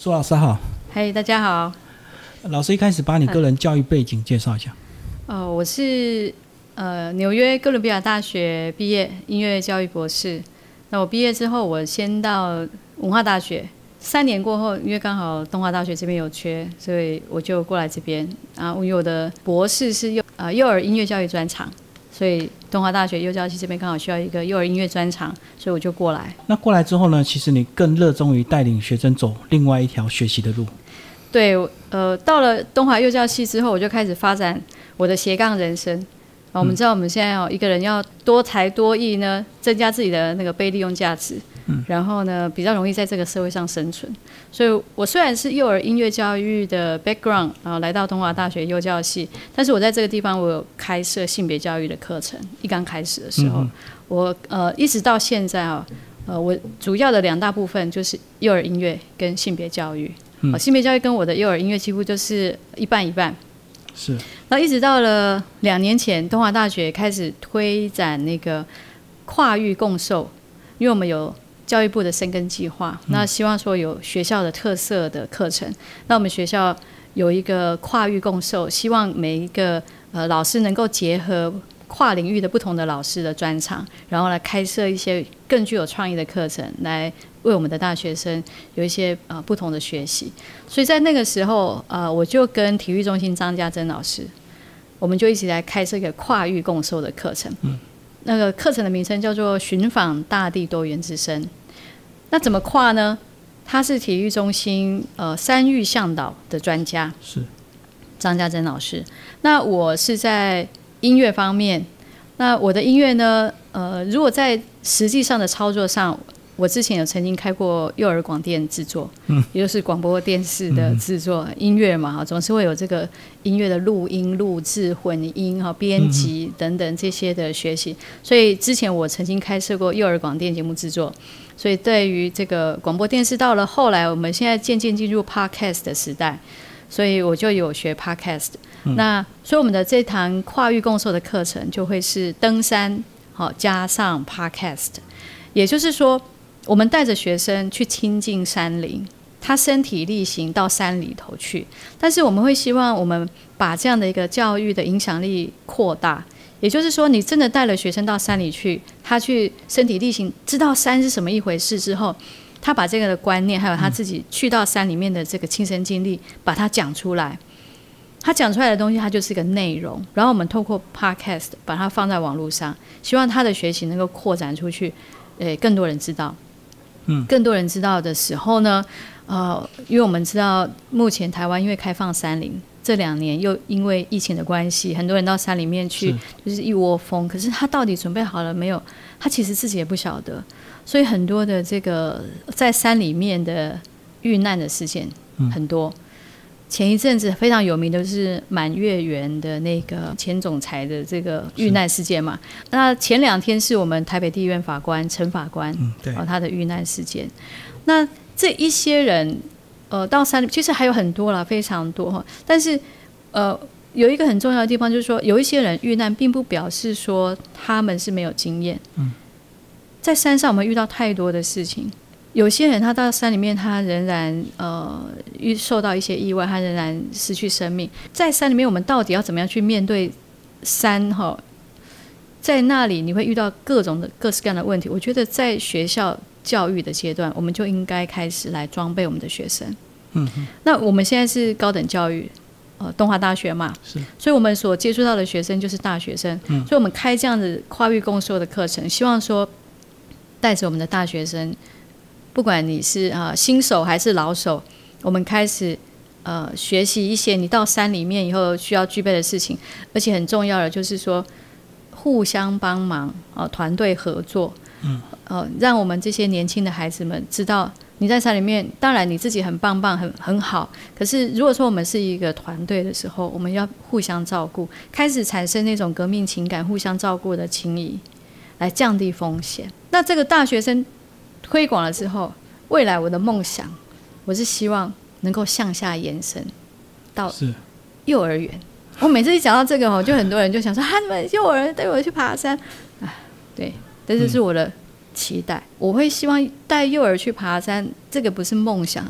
苏老师好。 嗨，大家好。 老师一开始把你个人教育背景介绍一下。 我是纽约哥伦比亚大学毕业，音乐教育博士。那我毕业之后，我先到文化大学，3年过后，因为刚好东华大学这边有缺，所以我就过来这边。因为我的博士是幼儿音乐教育专长，所以东华大学幼教系这边刚好需要一个幼儿音乐专长，所以我就过来。 那过来之后呢，其实你更热衷于带领学生走另外一条学习的路。 对，到了东华幼教系之后，我就开始发展我的斜杠人生。我们知道我们现在一个人要多才多艺呢，增加自己的那个被利用价值，然后呢比较容易在这个社会上生存。所以我虽然是幼儿音乐教育的 background， 来到东华大学幼教系，但是我在这个地方我有开设性别教育的课程。一刚开始的时候，我一直到现在我主要的2大部分就是幼儿音乐跟性别教育。性别教育跟我的幼儿音乐几乎就是一半一半。 是。 然后一直到了2年前，东华大学开始推展那个跨域共授，因为我们有教育部的深耕计划，那希望说有学校的特色的课程，那我们学校有一个跨域共授，希望每一个老师能够结合跨领域的不同的老师的专长，然后来开设一些更具有创意的课程，来为我们的大学生有一些不同的学习。所以在那个时候我就跟体育中心张家珍老师，我们就一起来开设一个跨域共授的课程。那个课程的名称叫做寻访大地多元之声。那怎么跨呢？他是体育中心3育向导的专家，是张家珍老师。那我是在音乐方面，那我的音乐呢如果在实际上的操作上，我之前有曾经开过幼儿广电制作，也就是广播电视的制作，音乐嘛，总是会有这个音乐的录音、录制、混音、编辑等等这些的学习。所以之前我曾经开设过幼儿广电节目制作，所以对于这个广播电视，到了后来我们现在渐渐进入 podcast 的时代，所以我就有学 podcast。那所以我们的这堂跨域共授的课程就会是登山加上 podcast， 也就是说我们带着学生去亲近山林，他身体力行到山里头去，但是我们会希望我们把这样的一个教育的影响力扩大，也就是说你真的带了学生到山里去，他去身体力行，知道山是什么一回事之后，他把这个的观念还有他自己去到山里面的这个亲身经历把它讲出来，他讲出来的东西它就是一个内容，然后我们透过 podcast 把它放在网络上，希望他的学习能够扩展出去，更多人知道。更多人知道的时候呢因为我们知道目前台湾因为开放山林，这2年又因为疫情的关系，很多人到山里面去就是一窝蜂，可是他到底准备好了没有，他其实自己也不晓得。所以很多的这个在山里面的遇难的事件很多。前一阵子非常有名的是满月园的那个前总裁的这个遇难事件嘛。那前2天是我们台北地院法官陈法官他的遇难事件。那这一些人到山里其实还有很多啦，非常多。但是有一个很重要的地方就是说，有一些人遇难并不表示说他们是没有经验。在山上我们遇到太多的事情，有些人他到山里面他仍然受到一些意外，他仍然失去生命。在山里面我们到底要怎么样去面对山在那里你会遇到各种的各式各样的问题。我觉得在学校教育的阶段，我们就应该开始来装备我们的学生。那我们现在是高等教育东华大学嘛，所以我们所接触到的学生就是大学生。所以我们开这样的跨域共授的课程，希望说带着我们的大学生，不管你是新手还是老手，我们开始学习一些你到山里面以后需要具备的事情。而且很重要的就是说互相帮忙团队合作。让我们这些年轻的孩子们知道，你在山里面当然你自己很棒棒很好，可是如果说我们是一个团队的时候，我们要互相照顾，开始产生那种革命情感，互相照顾的情谊，来降低风险。那这个大学生推广了之后，未来我的梦想，我是希望能够向下延伸到幼儿园。我每次一讲到这个就很多人就想说你们幼儿园带我去爬山对，这就是我的期待。我会希望带幼儿去爬山，这个不是梦想，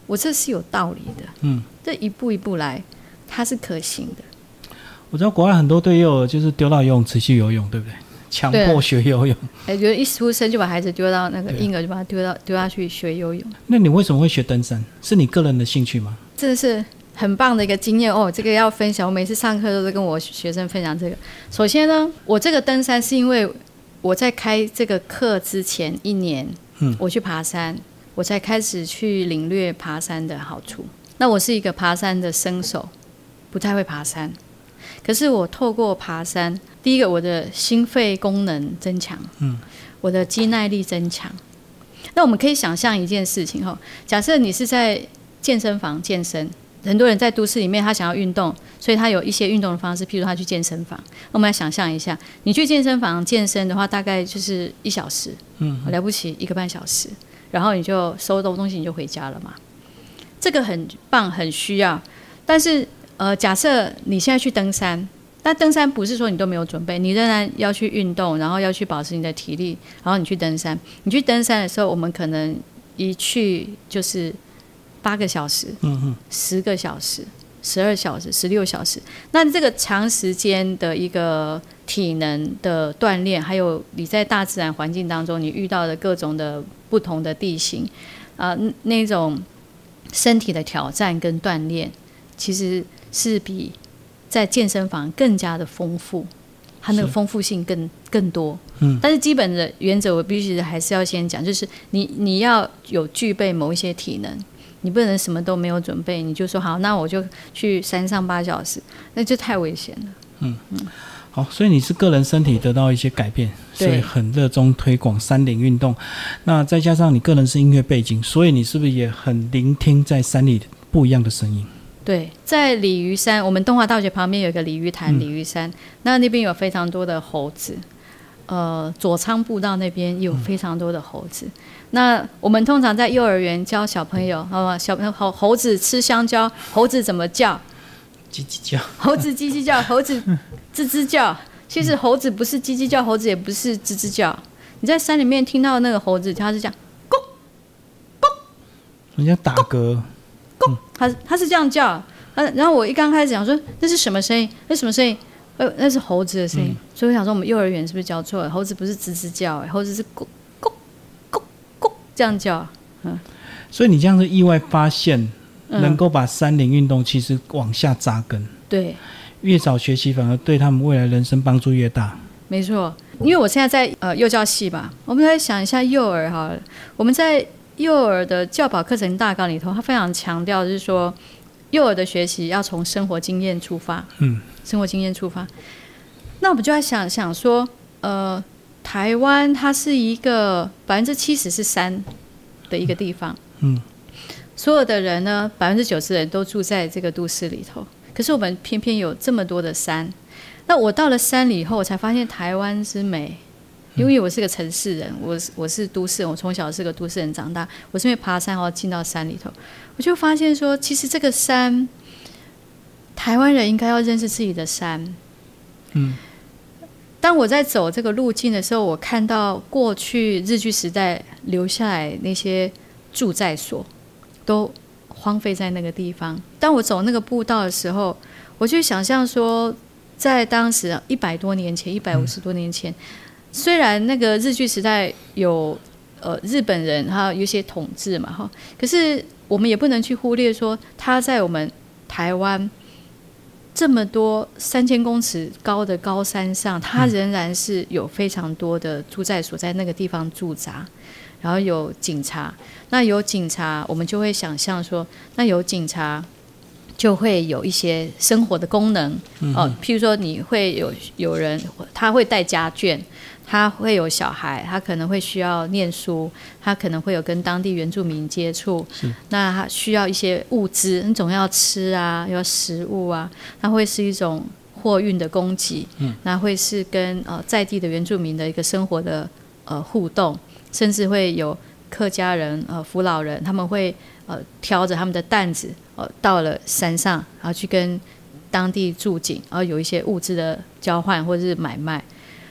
我这是有道理的，这一步一步来，它是可行的。 我知道国外很多对幼儿就是丢到游泳池去游泳，对不对？强迫学游泳。 觉得一出生就把孩子丢到那个婴儿，就把他丢下去学游泳。那你为什么会学登山？是你个人的兴趣吗？ 真的是很棒的一个经验哦，这个要分享。我每次上课都是跟我学生分享这个。首先呢，我这个登山是因为我在开这个课之前1年，我去爬山，我才开始去领略爬山的好处。那我是一个爬山的生手，不太会爬山。可是我透过爬山，第一个我的心肺功能增强，我的肌耐力增强。那我们可以想象一件事情，假设你是在健身房健身，很多人在都市里面他想要运动，所以他有一些运动的方式，譬如他去健身房。我们来想象一下，你去健身房健身的话，大概就是1小时，了不起1个半小时，然后你就收东西你就回家了嘛。这个很棒，很需要。但是假设你现在去登山，但登山不是说你都没有准备，你仍然要去运动，然后要去保持你的体力，然后你去登山。你去登山的时候，我们可能一去就是8个小时、10个小时、12小时、16小时。那这个长时间的一个体能的锻炼，还有你在大自然环境当中你遇到的各种的不同的地形，那种身体的挑战跟锻炼，其实是比在健身房更加的丰富，它那个丰富性更多。但是基本的原则我必须还是要先讲，就是你要有具备某一些体能，你不能什么都没有准备，你就说好，那我就去山上8小时，那就太危险了。 好，所以你是个人身体得到一些改变，所以很热衷推广山林运动。那再加上你个人是音乐背景，所以你是不是也很聆听在山里不一样的声音？ 对，在鲤鱼山，我们东华大学旁边有一个鲤鱼潭、鲤鱼山，那边有非常多的猴子。左昌步道那边有非常多的猴子。那我们通常在幼儿园教小朋友，猴子吃香蕉，猴子怎么叫？ 叽叽叫。猴子叽叽叫，猴子吱吱叫。其实猴子不是叽叽叫，猴子也不是吱吱叫。你在山里面听到那个猴子，它是这样，咕咕， 人家打嗝。 他是这样叫，然后我一刚开始想说那是什么声音？那什么声音？那是猴子的声音。所以我想说我们幼儿园是不是教错了？猴子不是吱吱叫，猴子是咕咕咕咕这样叫。 所以你这样是意外发现，能够把山林运动其实往下扎根。 对， 越早学习反而对他们未来人生帮助越大。 没错，因为我现在在幼教系吧，我们来想一下幼儿好了，我们在幼儿的教保课程大纲里头，他非常强调就是说，幼儿的学习要从生活经验出发。生活经验出发。那我们就要想想说，台湾它是一个70%是山的一个地方。所有的人呢，90%的人都住在这个都市里头。可是我们偏偏有这么多的山。那我到了山里以后，我才发现台湾之美。因为我是个城市人，我是都市人，我从小是个都市人长大，我是因为爬山然后进到山里头，我就发现说，其实这个山，台湾人应该要认识自己的山。当我在走这个路径的时候，我看到过去日据时代留下来那些住宅所都荒废在那个地方。当我走那个步道的时候，我就想象说，在当时100多年前150多年前，虽然那个日据时代有日本人他有一些统治嘛，可是我们也不能去忽略说他在我们台湾这么多3000公尺高的高山上，他仍然是有非常多的住宅所在那个地方驻扎，然后有警察。那有警察，我们就会想象说，那有警察就会有一些生活的功能。譬如说你会有人他会带家眷，他会有小孩，他可能会需要念书，他可能会有跟当地原住民接触，那他需要一些物资，你总要吃啊，要食物啊，它会是一种货运的供给，那会是跟在地的原住民的一个生活的互动，甚至会有客家人福老人，他们会挑着他们的担子到了山上，然后去跟当地住警，然后有一些物资的交换或者是买卖。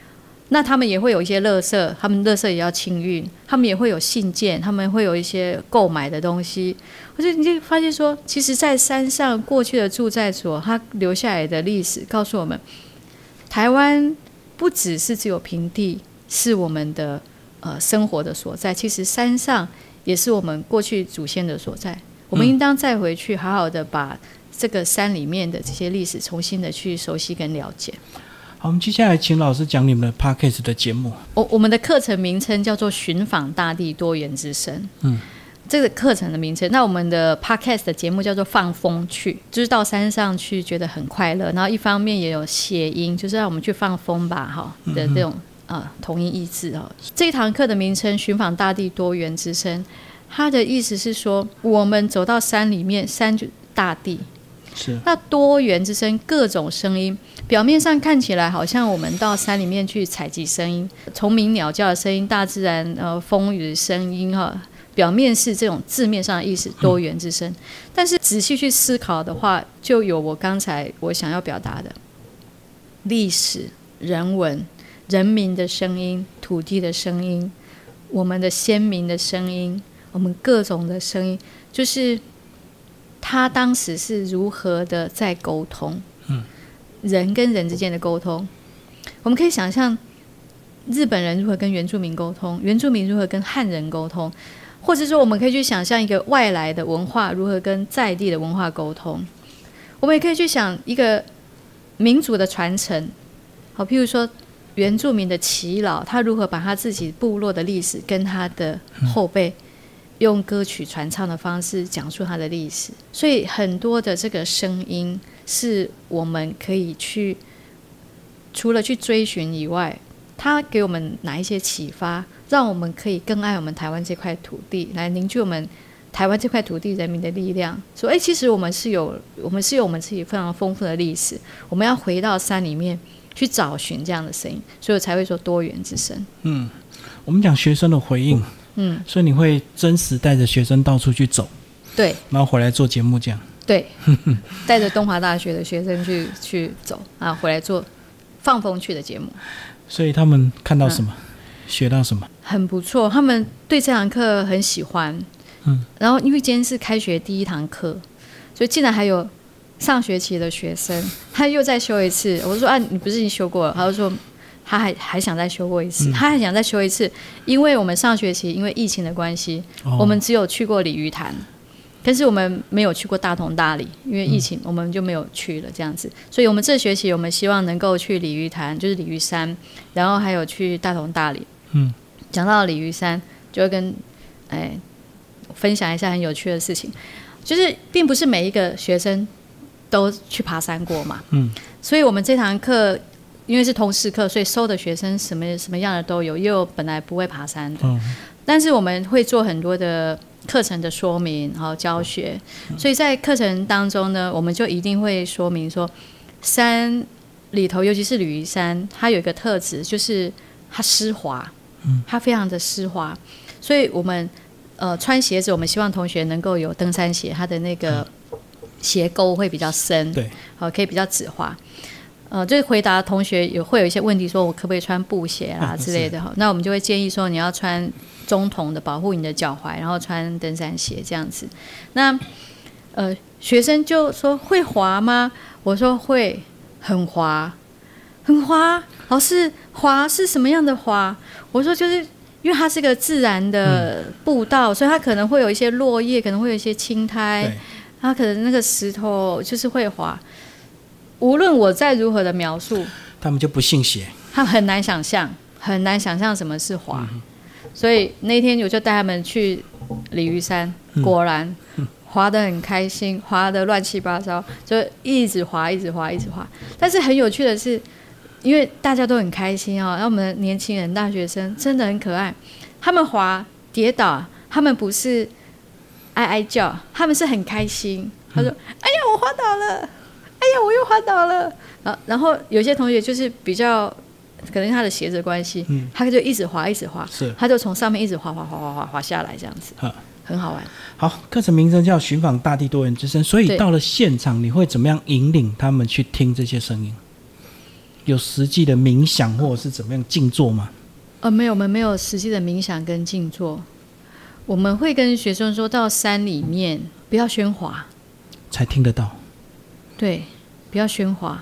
那他们也会有一些垃圾，他们垃圾也要清运，他们也会有信件，他们会有一些购买的东西。而且你就发现说，其实在山上过去的住在所，他留下来的历史告诉我们，台湾不只是只有平地是我们的生活的所在，其实山上也是我们过去祖先的所在。我们应当再回去好好的把这个山里面的这些历史重新的去熟悉跟了解。 好，我们接下来请老师讲你们的 Podcast 的节目。 我们的课程名称叫做寻访大地多元之声。这个课程的名称。那我们的 Podcast 的节目叫做放风去，就是到山上去觉得很快乐，然后一方面也有谐音，就是让我们去放风吧的这种同音异字。这一堂课的名称寻访大地多元之声，它的意思是说我们走到山里面，山就大地，是那多元之声，各种声音，表面上看起来好像我们到山里面去采集声音，虫鸣鸟叫的声音，大自然风雨的声音表面是这种字面上的意思，多元之声。但是仔细去思考的话，就有我刚才我想要表达的历史、人文、人民的声音、土地的声音，我们的先民的声音，我们各种的声音，就是他当时是如何的在沟通，人跟人之间的沟通。我们可以想象日本人如何跟原住民沟通，原住民如何跟汉人沟通，或者说我们可以去想象一个外来的文化如何跟在地的文化沟通。我们也可以去想一个民族的传承，譬如说原住民的耆老，他如何把他自己部落的历史跟他的后辈用歌曲传唱的方式讲述他的历史。所以很多的这个声音是我们可以去除了去追寻以外，它给我们哪一些启发，让我们可以更爱我们台湾这块土地，来凝聚我们台湾这块土地人民的力量，说其实我们是有我们自己非常丰富的历史，我们要回到山里面去找寻这样的声音，所以我才会说多元之声。 我们讲学生的回应，所以你会真实带着学生到处去走，对，然后回来做节目这样。 对，带着东华大学的学生去走回来做放风去的节目。 所以他们看到什么，学到什么？很不错，他们对这堂课很喜欢。然后因为今天是开学第一堂课，所以竟然还有上学期的学生，他又再修一次。我说你不是已经修过了？他就说他还想再修过一次，他还想再修一次，因为我们上学期因为疫情的关系，我们只有去过鲤鱼潭。但是我们没有去过大同大理，因为疫情我们就没有去了这样子。所以我们这学期我们希望能够去鲤鱼潭，就是鲤鱼山，然后还有去大同大理。讲到鲤鱼山就会跟分享一下很有趣的事情，就是并不是每一个学生都去爬山过嘛。所以我们这堂课因为是通识课，所以收的学生什么样的都有，也有本来不会爬山的。但是我们会做很多的课程的说明然后教学，所以在课程当中呢，我们就一定会说明说山里头，尤其是鲤鱼山，它有一个特质，就是它湿滑，它非常的湿滑，所以我们穿鞋子，我们希望同学能够有登山鞋，它的那个鞋沟会比较深，对，可以比较止滑。就是回答同学会有一些问题，说我可不可以穿布鞋啦之类的，那我们就会建议说你要穿中筒的保护你的脚踝，然后穿登山鞋这样子。那学生就说会滑吗？我说会，很滑，很滑。老师，滑是什么样的滑？我说就是因为它是个自然的步道，所以它可能会有一些落叶，可能会有一些青苔，它可能那个石头就是会滑。无论我再如何的描述， 他们就不信邪， 他们很难想象什么是滑。所以那天我就带他们去鲤鱼山，果然滑得很开心，滑得乱七八糟，就一直滑。但是很有趣的是，因为大家都很开心然后我们的年轻人大学生真的很可爱，他们滑跌倒，他们不是哀哀叫，他们是很开心。他说哎呀我滑倒了，哎呀我又滑倒了。然后有些同学就是比较可能他的鞋子的关系，他就一直滑，他就从上面一直滑下来这样子，很好玩。 好，课程名称叫寻访大地多元之声，所以到了现场你会怎么样引领他们去听这些声音？ 有实际的冥想或者是怎么样静坐吗？ 没有，我们没有实际的冥想跟静坐。我们会跟学生说到山里面不要喧哗， 才听得到。 对，不要喧哗。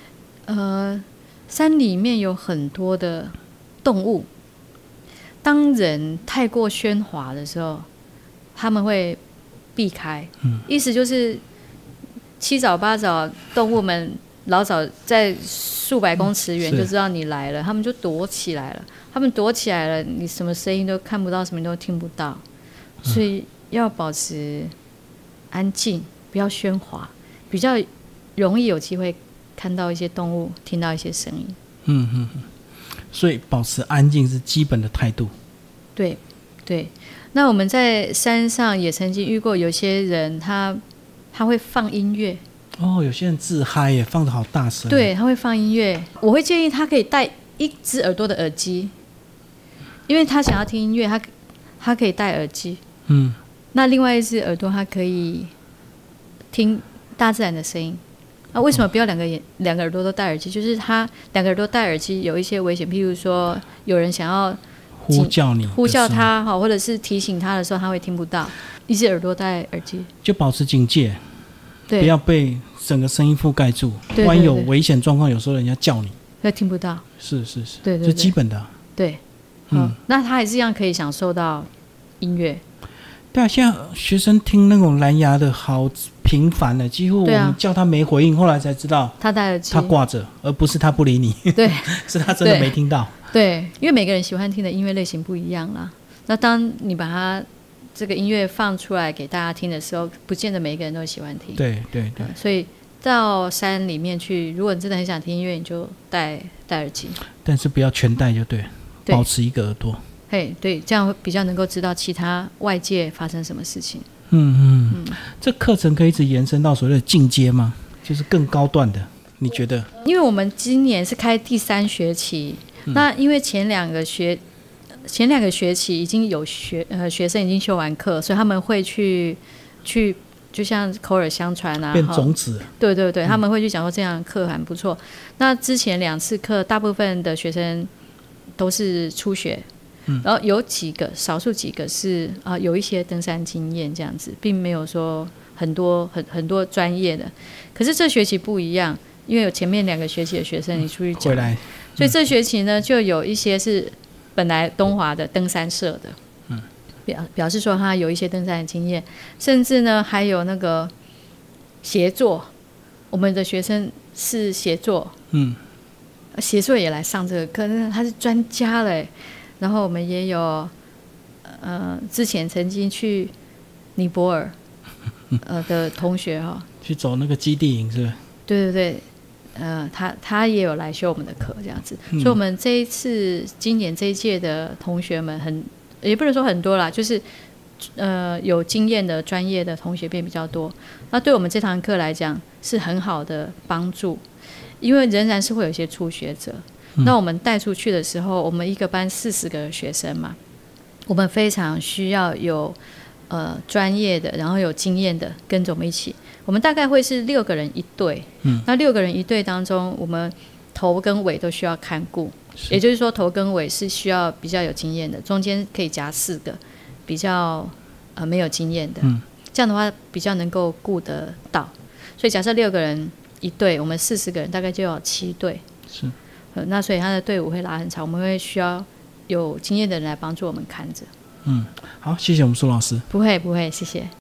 山里面有很多的动物，当人太过喧哗的时候，他们会避开。意思就是七早八早，动物们老早在数百公尺远就知道你来了，他们就躲起来了。他们躲起来了，你什么声音都看不到，什么都听不到。所以要保持安静，不要喧哗，比较容易有机会看到一些动物，听到一些声音。 所以保持安静是基本的态度。 对对。那我们在山上也曾经遇过有些人他会放音乐。 有些人自嗨耶，放得好大声。 对，他会放音乐。我会建议他可以戴一只耳朵的耳机，因为他想要听音乐，他可以戴耳机。那另外一只耳朵他可以听大自然的声音。为什么不要两个耳朵都戴耳机？就是他两个耳朵戴耳机有一些危险，譬如说有人想要呼叫他，或者是提醒他的时候，他会听不到。一只耳朵戴耳机， 就保持警戒， 对， 不要被整个声音覆盖住。 对， 万一有危险状况，有时候人家叫你， 会听不到。 是， 对， 就基本的。 对，那他还是一样可以享受到音乐。 对啊，现在学生听那种蓝牙的好频繁了，几乎我们叫他没回应，后来才知道他戴耳机， 他挂着，而不是他不理你。 对， 是他真的没听到。 对，因为每个人喜欢听的音乐类型不一样啦。那当你把它这个音乐放出来给大家听的时候，不见得每一个人都喜欢听。 对， 所以到山里面去，如果你真的很想听音乐，你就戴耳机， 但是不要全戴就对，保持一个耳朵。 对，这样比较能够知道其他外界发生什么事情。 这课程可以一直延伸到所谓的进阶吗？就是更高段的，你觉得？ 因为我们今年是开第3学期，那因为前两个学期已经有学生已经修完课，所以他们会去就像口耳相传啊， 变种子。对， 他们会去讲说这样的课很不错。那之前2次课，大部分的学生都是初学。然后有少数几个是有一些登山经验这样子，并没有说很多专业的。可是这学期不一样，因为有前面2个学期的学生你出去讲，所以这学期呢就有一些是本来东华的登山社的，表示说他有一些登山的经验，甚至呢还有那个协作，我们的学生是协作，协作也来上这个课，他是专家了。然后我们也有之前曾经去尼泊尔的同学去走那个基地营是不是？ 对，他也有来修我们的课这样子。所以我们今年这一届的同学们也不能说很多啦，就是有经验的专业的同学变比较多。那对我们这堂课来讲是很好的帮助，因为仍然是会有一些初学者。那我们带出去的时候，我们一个班40个学生嘛，我们非常需要有专业的，然后有经验的跟着我们一起。我们大概会是6个人一队，那6个人一队当中，我们头跟尾都需要看顾，也就是说头跟尾是需要比较有经验的，中间可以夹4个比较没有经验的，这样的话比较能够顾得到。所以假设6个人一队，我们40个人大概就有7队。 是。 那所以他的队伍会拉很长，我们会需要有经验的人来帮助我们看着。 好，谢谢我们苏老师。 不会，谢谢。